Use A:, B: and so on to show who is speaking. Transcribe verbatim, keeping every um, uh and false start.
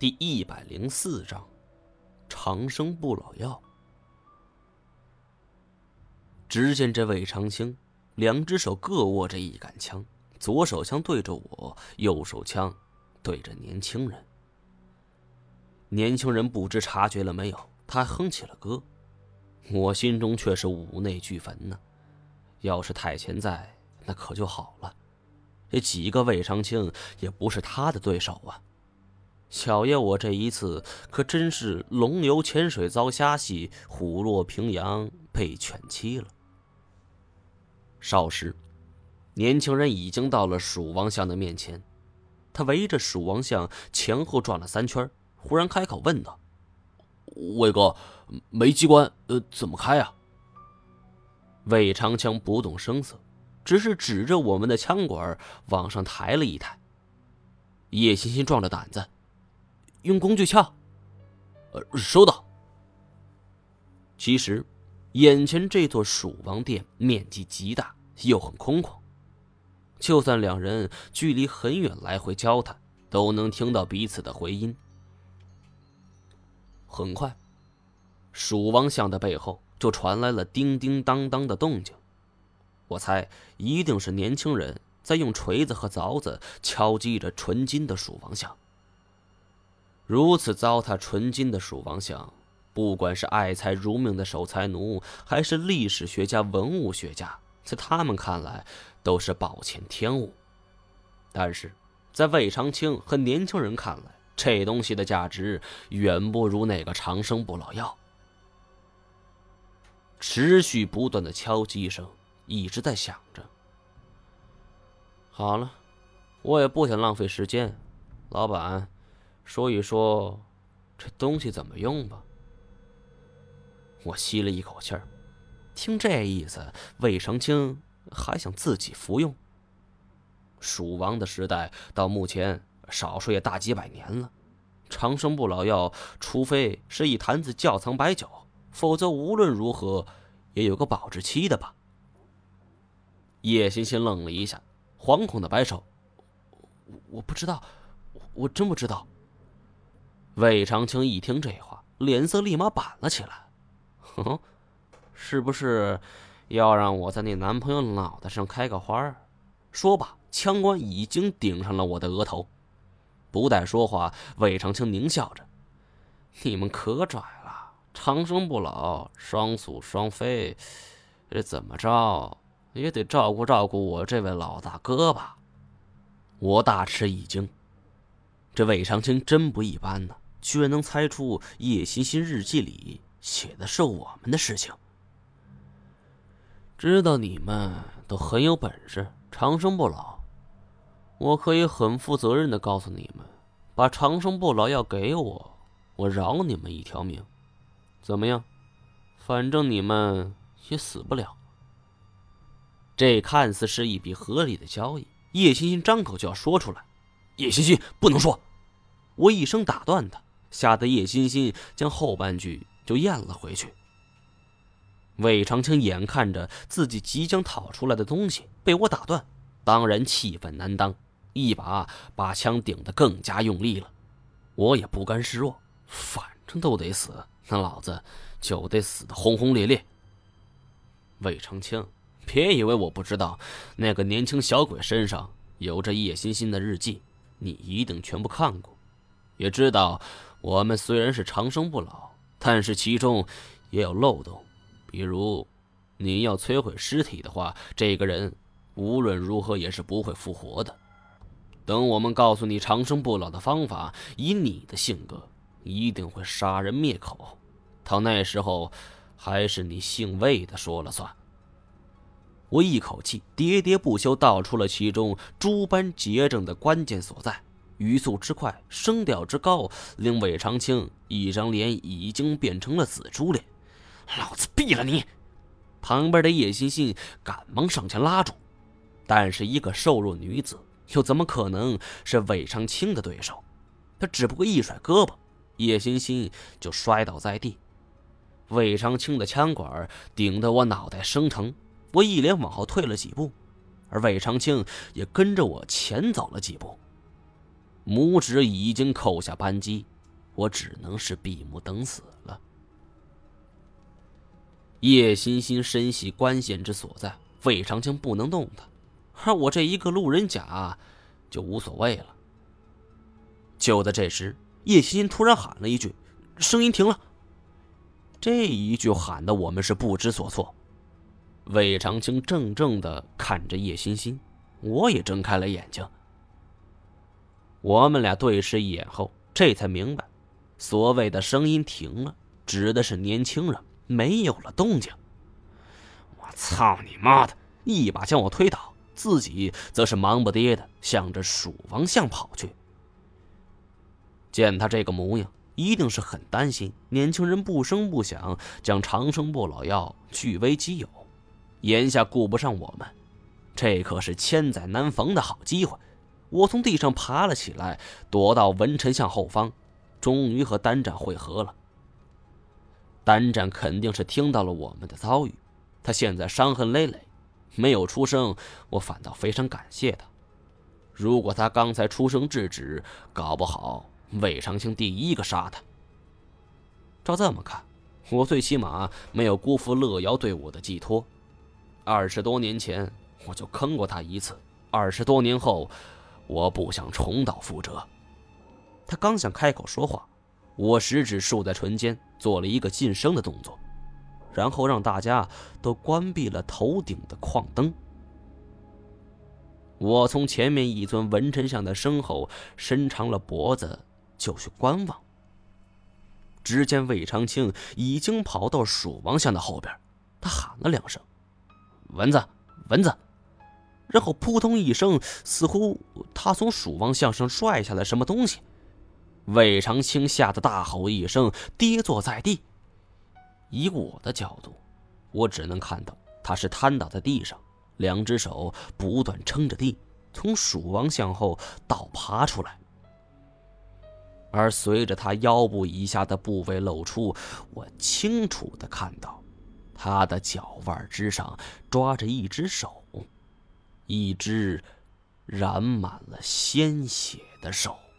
A: 第一百零四章长生不老药。只见这魏长青两只手各握着一杆枪，左手枪对着我，右手枪对着年轻人。年轻人不知察觉了没有，他哼起了歌，我心中却是五内俱焚呢。要是太前在，那可就好了，这几个魏长青也不是他的对手啊。小爷我这一次可真是龙游浅水遭虾戏，虎落平阳被犬欺了。少时，年轻人已经到了蜀王像的面前，他围着蜀王像前后转了三圈，忽然开口问道：“魏哥，没机关，呃，怎么开啊？”魏长枪不动声色，只是指着我们的枪管往上抬了一抬。叶欣欣壮着胆子：“用工具撬。”呃，收到。其实，眼前这座蜀王殿面积极大，又很空旷，就算两人距离很远来回交谈，都能听到彼此的回音。很快，蜀王像的背后就传来了叮叮当当的动静，我猜一定是年轻人在用锤子和凿子敲击着纯金的蜀王像。如此糟蹋纯金的蜀王像，不管是爱财如命的守财奴，还是历史学家、文物学家，在他们看来都是暴殄天物。但是在魏长青和年轻人看来，这东西的价值远不如那个长生不老药。持续不断的敲击声一直在响着。好了，我也不想浪费时间，老板，说一说这东西怎么用吧。我吸了一口气儿，听这意思，魏长青还想自己服用。蜀王的时代到目前少说也大几百年了，长生不老药除非是一坛子窖藏白酒，否则无论如何也有个保质期的吧。叶欣欣愣了一下，惶恐的摆手：“我不知道，我真不知道。”魏长青一听这话，脸色立马板了起来：“哼，是不是要让我在你男朋友脑袋上开个花？”说罢，枪管已经顶上了我的额头。不待说话，魏长青狞笑着：“你们可拽了，长生不老，双宿双飞，这怎么着也得照顾照顾我这位老大哥吧？”我大吃一惊，这魏长青真不一般呢，居然能猜出叶欣欣日记里写的是我们的事情。知道你们都很有本事，长生不老，我可以很负责任的告诉你们，把长生不老药给我，我饶你们一条命。怎么样？反正你们也死不了。这看似是一笔合理的交易，叶欣欣张口就要说出来。叶欣欣，不能说！我一声打断他，吓得叶欣欣将后半句就咽了回去。魏长青眼看着自己即将讨出来的东西被我打断，当然气愤难当，一把把枪顶得更加用力了。我也不甘示弱，反正都得死，那老子就得死得轰轰烈烈。魏长青，别以为我不知道，那个年轻小鬼身上有着叶欣欣的日记，你一定全部看过，也知道我们虽然是长生不老，但是其中也有漏洞。比如你要摧毁尸体的话，这个人无论如何也是不会复活的。等我们告诉你长生不老的方法，以你的性格一定会杀人灭口，到那时候还是你姓魏的说了算。我一口气喋喋不休道出了其中诸般结症的关键所在，语速之快，声调之高，令魏长青一张脸已经变成了紫猪脸。老子毙了你！旁边的叶欣欣赶忙上前拉住，但是一个瘦弱女子又怎么可能是魏长青的对手？她只不过一甩胳膊，叶欣欣就摔倒在地。魏长青的枪管顶得我脑袋生疼，我一连往后退了几步，而魏长青也跟着我前走了几步。 拇指已经扣下扳机，我只能是闭目等死了。叶欣欣深系关键之所在，魏长青不能动他，而我这一个路人甲就无所谓了。就在这时，叶欣欣突然喊了一句，声音停了。这一句喊得我们是不知所措。魏长青怔怔地看着叶欣欣，我也睁开了眼睛。我们俩对视一眼后，这才明白，所谓的声音停了，指的是年轻人没有了动静。我操你妈的！一把将我推倒，自己则是忙不迭的向着蜀王巷跑去。见他这个模样，一定是很担心年轻人不声不响将长生不老药据为己有，眼下顾不上我们，这可是千载难逢的好机会。我从地上爬了起来，躲到文臣巷后方，终于和单战会合了。单战肯定是听到了我们的遭遇，他现在伤痕累累，没有出声，我反倒非常感谢他。如果他刚才出声制止，搞不好魏长青第一个杀他。照这么看，我最起码没有辜负乐瑶对我的寄托。二十多年前我就坑过他一次，二十多年后我不想重蹈覆辙。他刚想开口说话，我食指竖在唇间，做了一个噤声的动作，然后让大家都关闭了头顶的矿灯。我从前面一尊文臣像的身后伸长了脖子，就去观望。只见魏长青已经跑到蜀王像的后边，他喊了两声：“蚊子，蚊子！”然后扑通一声，似乎他从蜀王像上拽下了什么东西。魏长青吓得大吼一声，跌坐在地。以我的角度，我只能看到他是瘫倒在地上，两只手不断撑着地，从蜀王像后倒爬出来。而随着他腰部以下的部位露出，我清楚地看到他的脚腕之上抓着一只手，一只染满了鲜血的手。